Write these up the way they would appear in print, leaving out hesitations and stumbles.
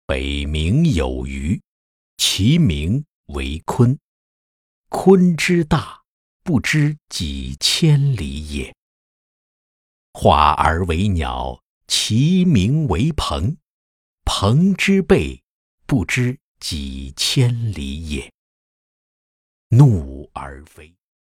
北冥有鱼，其名为鲲。鲲之大，不知几千里也。化而为鸟，其名为鹏。鹏之背，不知几千里也。怒而飞。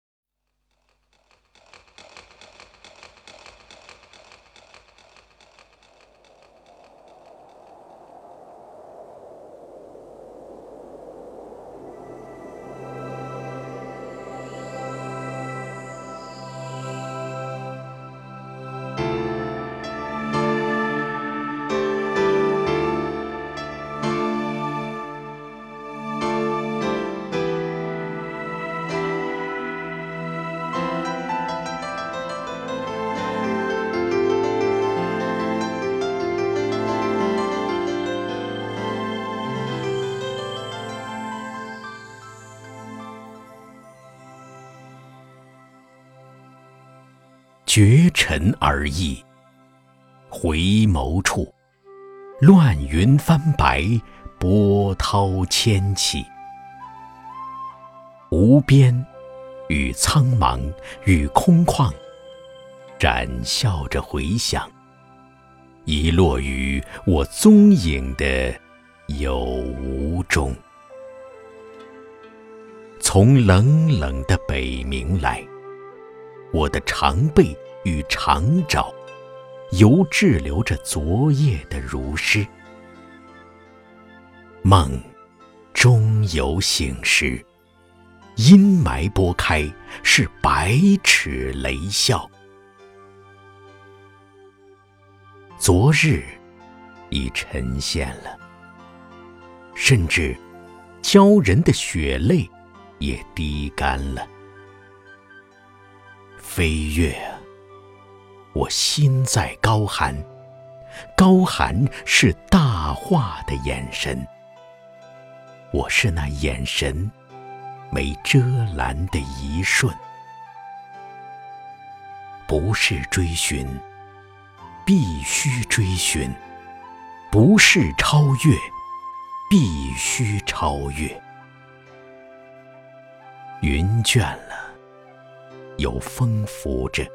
绝尘而已，回眸处，乱云翻白，波涛千起。无边与苍茫与空旷，展笑着回响，遗落于我踪影的有无中。从冷冷的北冥来，我的长背与长爪，犹滞留着昨夜的如诗。梦终有醒时，阴霾拨开，是百尺雷啸。昨日已沉现了，甚至鲛人的血泪也滴干了。飞越啊，我心在高寒，高寒是大化的眼神，我是那眼神没遮拦的一瞬。不是追寻，必须追寻；不是超越，必须超越。云倦了，有风拂着；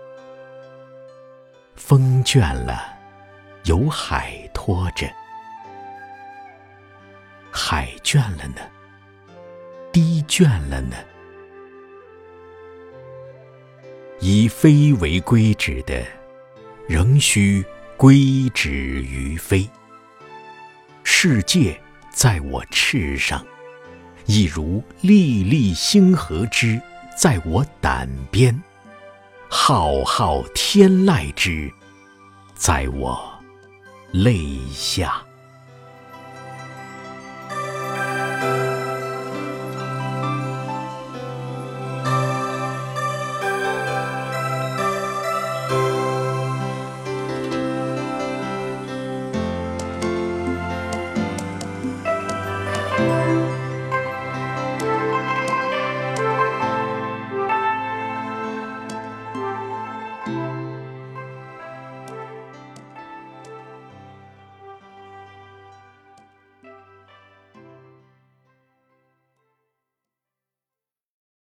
风倦了，有海拖着；海倦了呢，堤倦了呢。以飞为归止的，仍须归止于飞。世界在我翅上，亦如粒粒星河之在我胆边，浩浩天籁之在我泪下。